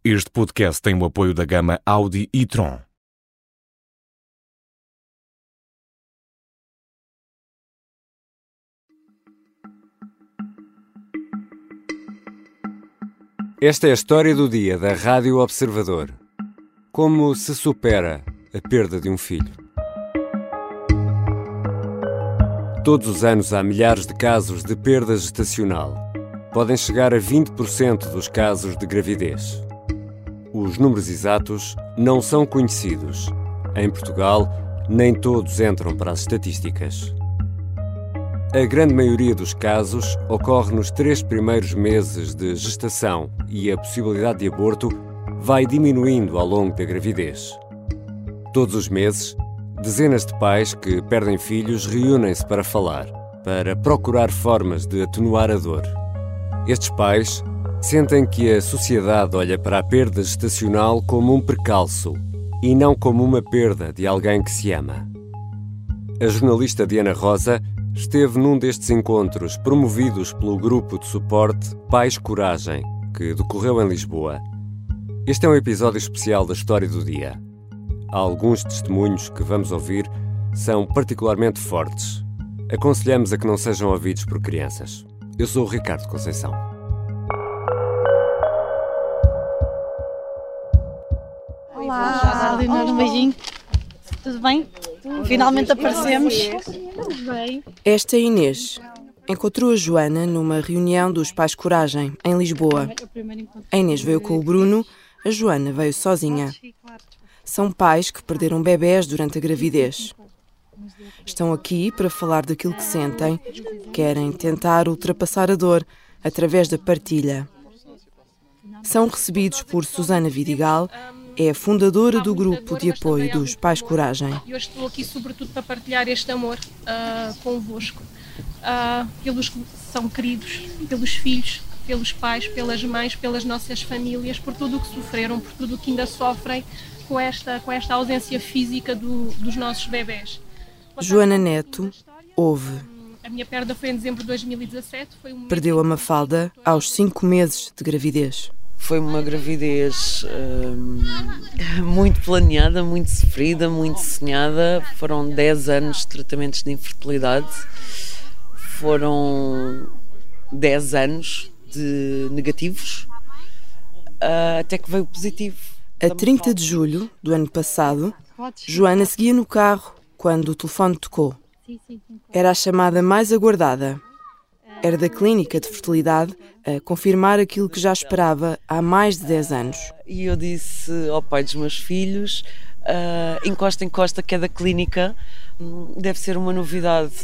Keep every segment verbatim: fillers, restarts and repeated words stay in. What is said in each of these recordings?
Este podcast tem o apoio da gama Audi e-tron. Esta é a história do dia da Rádio Observador. Como se supera a perda de um filho. Todos os anos há milhares de casos de perda gestacional. Podem chegar a vinte por cento dos casos de gravidez. Os números exatos não são conhecidos. Em Portugal, nem todos entram para as estatísticas. A grande maioria dos casos ocorre nos três primeiros meses de gestação e a possibilidade de aborto vai diminuindo ao longo da gravidez. Todos os meses, dezenas de pais que perdem filhos reúnem-se para falar, para procurar formas de atenuar a dor. Estes pais sentem que a sociedade olha para a perda gestacional como um precalço e não como uma perda de alguém que se ama. A jornalista Diana Rosa esteve num destes encontros promovidos pelo grupo de suporte Pais Coragem, que decorreu em Lisboa. Este é um episódio especial da História do Dia. Alguns testemunhos que vamos ouvir são particularmente fortes. Aconselhamos a que não sejam ouvidos por crianças. Eu sou o Ricardo Conceição. Olá, Olá. Um beijinho. Tudo bem? Finalmente aparecemos. Tudo bem. Esta é Inês. Encontrou a Joana numa reunião dos Pais Coragem, em Lisboa. A Inês veio com o Bruno, a Joana veio sozinha. São pais que perderam bebés durante a gravidez. Estão aqui para falar daquilo que sentem. Querem tentar ultrapassar a dor através da partilha. São recebidos por Susana Vidigal. É a fundadora do grupo de apoio dos Pais Coragem. Eu estou aqui sobretudo para partilhar este amor uh, convosco, uh, pelos que são queridos, pelos filhos, pelos pais, pelas mães, pelas nossas famílias, por tudo o que sofreram, por tudo o que ainda sofrem com esta, com esta ausência física do, dos nossos bebés. Joana Neto ouve. A minha perda foi em dezembro de dois mil e dezassete. Foi um Perdeu a Mafalda aos cinco meses de gravidez. Foi uma gravidez hum, muito planeada, muito sofrida, muito sonhada. Foram dez anos de tratamentos de infertilidade. Foram dez anos de negativos, uh, até que veio positivo. A trinta de julho do ano passado, Joana seguia no carro quando o telefone tocou. Era a chamada mais aguardada. Era da clínica de fertilidade a confirmar aquilo que já esperava há mais de dez anos. E eu disse ao pai dos meus filhos, uh, encosta, encosta, que é da clínica, deve ser uma novidade.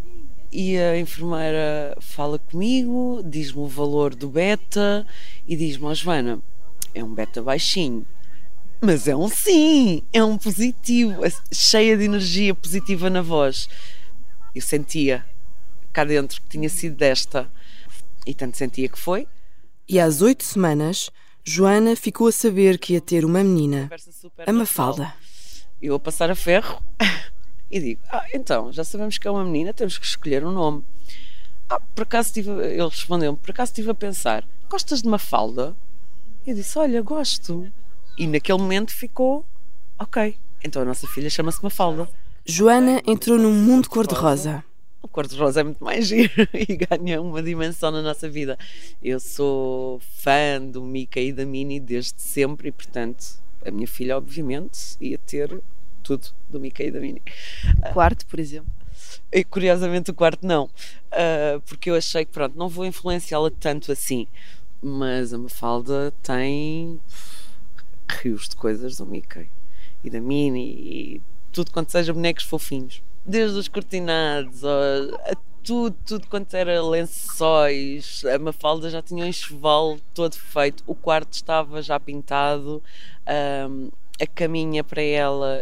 E a enfermeira fala comigo, diz-me o valor do beta e diz-me, ó Joana, é um beta baixinho, mas é um sim, é um positivo, cheia de energia positiva na voz. Eu sentia cá dentro que tinha sido desta, e tanto sentia que foi. E às oito semanas, Joana ficou a saber que ia ter uma menina, a Mafalda. Eu a passar a ferro e digo, ah, então, já sabemos que é uma menina, temos que escolher um nome. Ah, por acaso estive, ele respondeu-me, por acaso estive a pensar, gostas de Mafalda? Eu disse, olha, gosto. E naquele momento ficou, ok, então a nossa filha chama-se Mafalda. Joana entrou num mundo cor-de-rosa. O cor-de-rosa é muito mais giro e ganha uma dimensão na nossa vida. Eu sou fã do Mickey e da Minnie desde sempre e, portanto, a minha filha, obviamente, ia ter tudo do Mickey e da Minnie. O quarto, por exemplo? E, curiosamente, o quarto não, uh, porque eu achei que, pronto, não vou influenciá-la tanto assim, mas a Mafalda tem rios de coisas do Mickey e da Minnie e tudo quanto seja bonecos fofinhos. Desde os cortinados a, a tudo, tudo quanto era lençóis, a Mafalda já tinha um enxoval todo feito, o quarto estava já pintado, um, a caminha para ela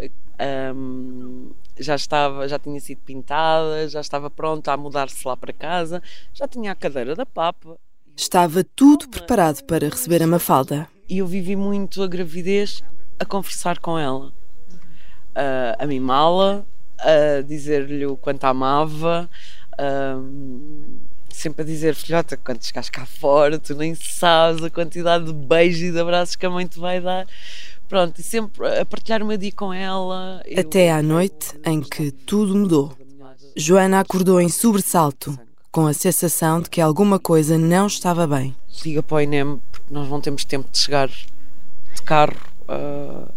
um, já estava, já tinha sido pintada, já estava pronta a mudar-se lá para casa, já tinha a cadeira da papa. Estava tudo preparado para receber a Mafalda. E eu vivi muito a gravidez a conversar com ela, uh, a mimá-la, a dizer-lhe o quanto a amava, um, sempre a dizer, filhota, quando chegares cá fora, tu nem sabes a quantidade de beijos e de abraços que a mãe te vai dar. Pronto, e sempre a partilhar o meu dia com ela. Até à noite em que tudo mudou. Joana acordou em sobressalto, com a sensação de que alguma coisa não estava bem. Liga para o I N E M, porque nós não temos tempo de chegar de carro. Uh,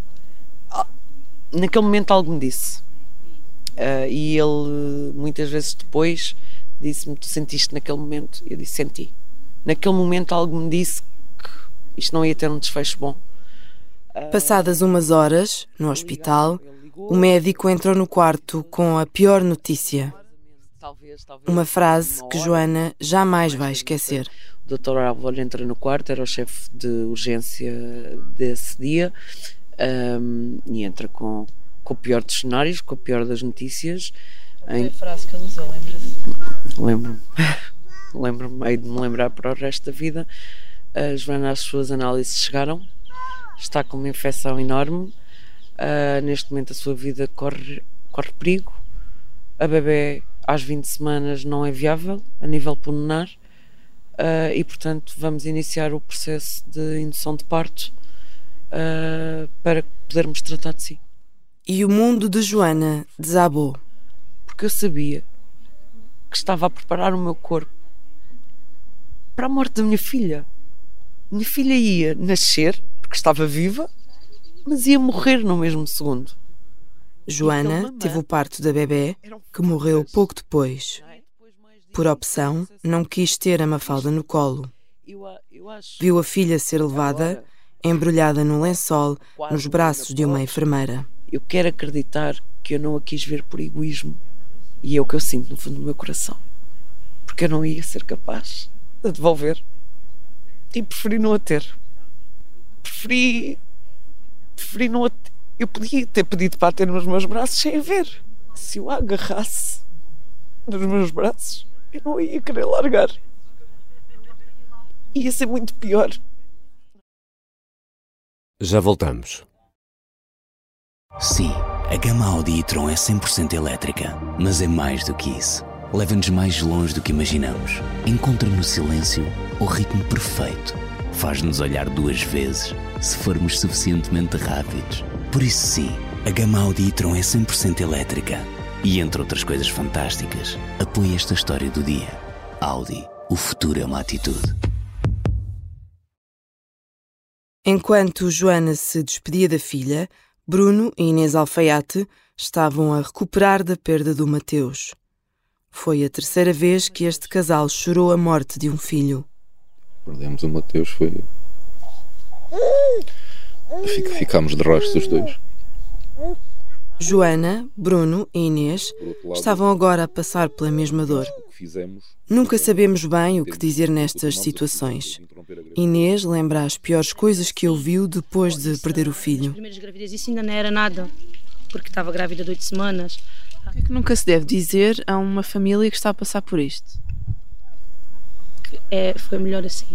naquele momento algo me disse. Uh, e ele, muitas vezes depois, disse-me, tu sentiste naquele momento? Eu disse, senti. Naquele momento algo me disse que isto não ia ter um desfecho bom. Uh, Passadas umas horas, no hospital, o médico entrou no quarto com a pior notícia. Uma frase que Joana jamais vai esquecer. O doutor Álvaro entra no quarto, era o chefe de urgência desse dia, um, e entra com, com o pior dos cenários, com o pior das notícias. Em... a frase que ele usou, lembra-se? Lembro-me. Lembro-me, hei de me lembrar para o resto da vida. A Joana, as suas análises chegaram, está com uma infecção enorme. Uh, neste momento a sua vida corre, corre perigo. A bebê às vinte semanas não é viável a nível pulmonar, uh, e portanto vamos iniciar o processo de indução de parto uh, para podermos tratar de si. E o mundo de Joana desabou. Porque eu sabia que estava a preparar o meu corpo para a morte da minha filha. Minha filha ia nascer, porque estava viva, mas ia morrer no mesmo segundo. Joana teve o parto da bebê, que morreu pouco depois. Por opção, não quis ter a Mafalda no colo. Viu a filha ser levada, embrulhada num lençol, nos braços de uma enfermeira. Eu quero acreditar que eu não a quis ver por egoísmo. E é o que eu sinto no fundo do meu coração. Porque eu não ia ser capaz de devolver. E preferi não a ter. Preferi... Preferi não a ter. Eu podia ter pedido para a ter nos meus braços sem a ver. Se eu a agarrasse nos meus braços, eu não ia querer largar. Ia ser muito pior. Já voltamos. Sim, a gama Audi e-tron é cem por cento elétrica, mas é mais do que isso. Leva-nos mais longe do que imaginamos. Encontra no silêncio o ritmo perfeito. Faz-nos olhar duas vezes, se formos suficientemente rápidos. Por isso sim, a gama Audi e-tron é cem por cento elétrica. E entre outras coisas fantásticas, apoia esta história do dia. Audi, o futuro é uma atitude. Enquanto Joana se despedia da filha, Bruno e Inês Alfaiate estavam a recuperar da perda do Mateus. Foi a terceira vez que este casal chorou a morte de um filho. Perdemos o Mateus, foi... Ficámos de rastros os dois. Joana, Bruno e Inês estavam agora a passar pela mesma dor. Nunca sabemos bem o que dizer nestas situações. Inês lembra as piores coisas que ouviu depois de perder o filho. As primeiras gravidez, isso ainda não era nada, porque estava grávida de oito semanas. O que é que nunca se deve dizer a uma família que está a passar por isto? Que é, foi melhor assim.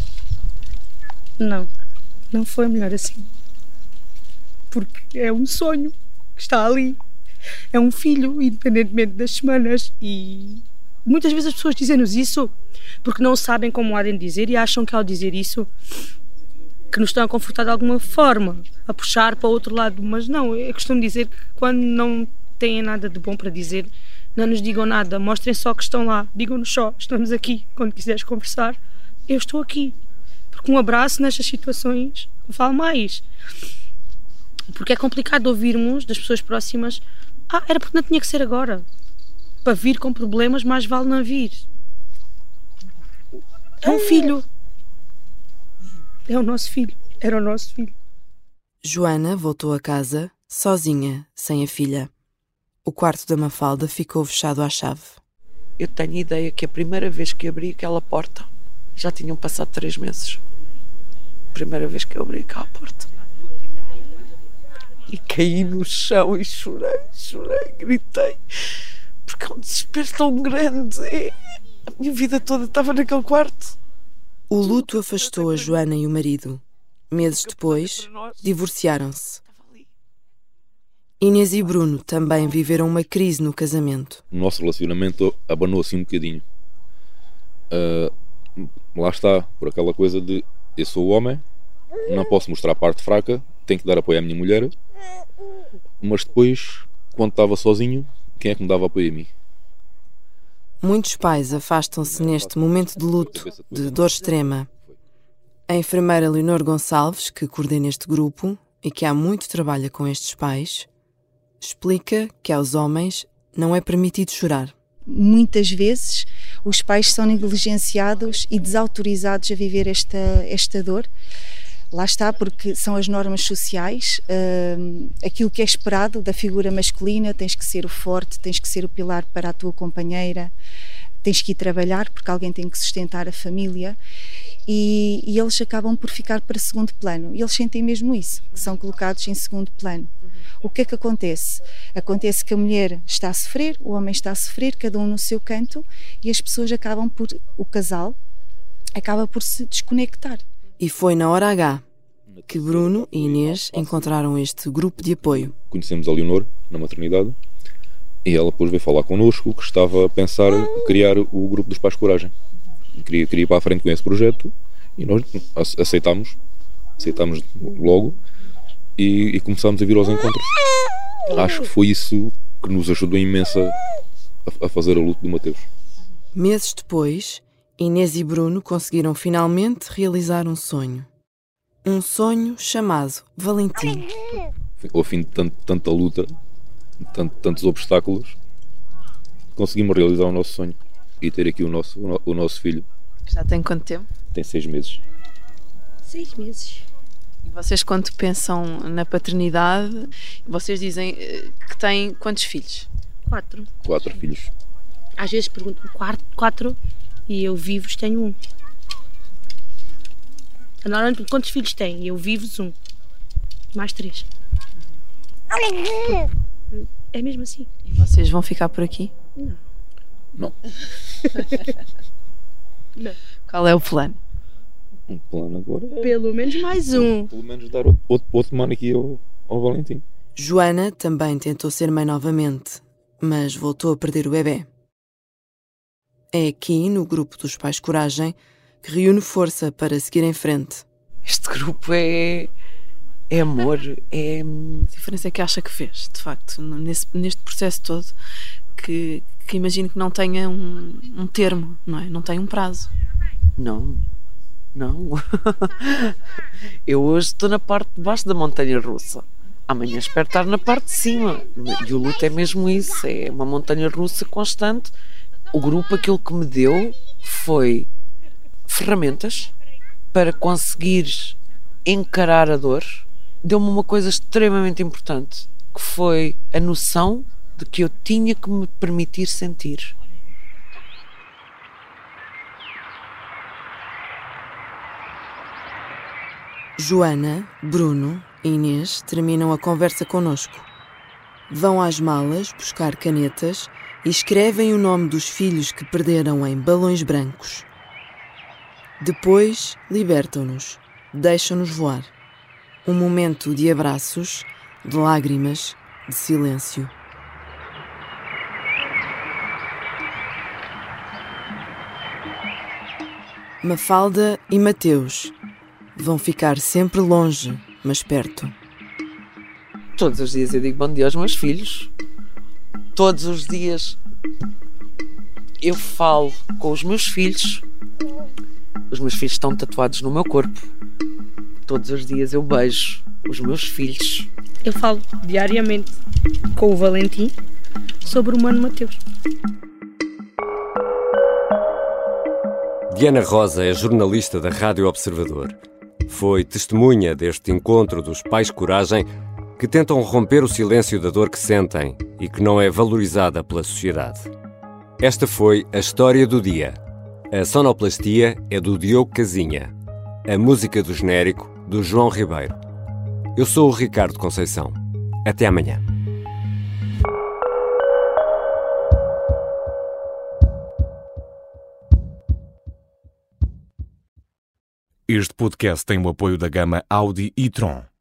Não, não foi melhor assim. Porque é um sonho que está ali. É um filho, independentemente das semanas. E muitas vezes as pessoas dizem-nos isso porque não sabem como há de dizer e acham que ao dizer isso que nos estão a confortar de alguma forma, a puxar para o outro lado. Mas não, eu costumo dizer que quando não têm nada de bom para dizer, não nos digam nada, mostrem só que estão lá, digam-nos só, estamos aqui, quando quiseres conversar, eu estou aqui. Porque um abraço nestas situações vale mais. Porque é complicado ouvirmos das pessoas próximas, ah, era porque não tinha que ser agora. Para vir com problemas, mais vale não vir. É um filho. É o nosso filho. Era o nosso filho. Joana voltou a casa, sozinha, sem a filha. O quarto da Mafalda ficou fechado à chave. Eu tenho ideia que a primeira vez que abri aquela porta, já tinham passado três meses. Primeira vez que eu abri aquela porta. E caí no chão e chorei, chorei, gritei. Porque é um desespero tão grande. A minha vida toda estava naquele quarto. O luto afastou a Joana e o marido. Meses depois, divorciaram-se. Inês e Bruno também viveram uma crise no casamento. O nosso relacionamento abanou assim um bocadinho. Uh, lá está, por aquela coisa de eu sou o homem, não posso mostrar a parte fraca, tenho que dar apoio à minha mulher, mas depois, quando estava sozinho, quem é que me dava apoio a mim? Muitos pais afastam-se neste momento de luto, de dor extrema. A enfermeira Leonor Gonçalves, que coordena este grupo e que há muito trabalha com estes pais, explica que aos homens não é permitido chorar. Muitas vezes os pais são negligenciados e desautorizados a viver esta, esta dor. Lá está, porque são as normas sociais, uh, aquilo que é esperado da figura masculina, tens que ser o forte, tens que ser o pilar para a tua companheira, tens que ir trabalhar porque alguém tem que sustentar a família e, e eles acabam por ficar para segundo plano. E eles sentem mesmo isso, que são colocados em segundo plano. O que é que acontece? Acontece que a mulher está a sofrer, o homem está a sofrer, cada um no seu canto e as pessoas acabam por, o casal acaba por se desconectar. E foi na hora H que Bruno e Inês encontraram este grupo de apoio. Conhecemos a Leonor na maternidade e ela depois veio falar connosco que estava a pensar em criar o grupo dos Pais Coragem. Queria, queria ir para a frente com esse projeto e nós aceitámos, aceitámos logo e, e começámos a vir aos encontros. Acho que foi isso que nos ajudou imensa a, a fazer a luta do Mateus. Meses depois, Inês e Bruno conseguiram finalmente realizar um sonho. Um sonho chamado Valentim. Ao fim de tanto, tanta luta, de tanto, tantos obstáculos, conseguimos realizar o nosso sonho e ter aqui o nosso, o, no, o nosso filho. Já tem quanto tempo? Tem seis meses. Seis meses. E vocês, quando pensam na paternidade, vocês dizem que têm quantos filhos? Quatro. Quatro filhos. Às vezes pergunto-me quatro, quatro e eu vivos tenho um. Normalmente, quantos filhos têm? Eu vivos um. Mais três. É mesmo assim. E vocês vão ficar por aqui? Não. Não. Não. Qual é o plano? O plano agora é... Pelo menos mais um. Pelo menos dar outro, outro, outro mano aqui ao, ao Valentim. Joana também tentou ser mãe novamente, mas voltou a perder o bebê. É aqui, no grupo dos Pais Coragem, que reúne força para seguir em frente. Este grupo é, é amor, é... A diferença é que acha que fez, de facto, nesse, neste processo todo, que, que imagino que não tenha um, um termo, não é? Não tem um prazo. Não, não. Eu hoje estou na parte de baixo da montanha russa. Amanhã espero estar na parte de cima. E o luto é mesmo isso, é uma montanha russa constante. O grupo, aquilo que me deu foi ferramentas para conseguir encarar a dor. Deu-me uma coisa extremamente importante, que foi a noção de que eu tinha que me permitir sentir. Joana, Bruno e Inês terminam a conversa connosco. Vão às malas buscar canetas e escrevem o nome dos filhos que perderam em balões brancos. Depois libertam-nos, deixam-nos voar. Um momento de abraços, de lágrimas, de silêncio. Mafalda e Mateus vão ficar sempre longe, mas perto. Todos os dias eu digo bom dia aos meus filhos. Todos os dias eu falo com os meus filhos. Os meus filhos estão tatuados no meu corpo. Todos os dias eu beijo os meus filhos. Eu falo diariamente com o Valentim sobre o Mano Mateus. Diana Rosa é jornalista da Rádio Observador. Foi testemunha deste encontro dos Pais Coragem que tentam romper o silêncio da dor que sentem e que não é valorizada pela sociedade. Esta foi a história do dia. A sonoplastia é do Diogo Casinha. A música do genérico, do João Ribeiro. Eu sou o Ricardo Conceição. Até amanhã. Este podcast tem o apoio da gama Audi e Tron.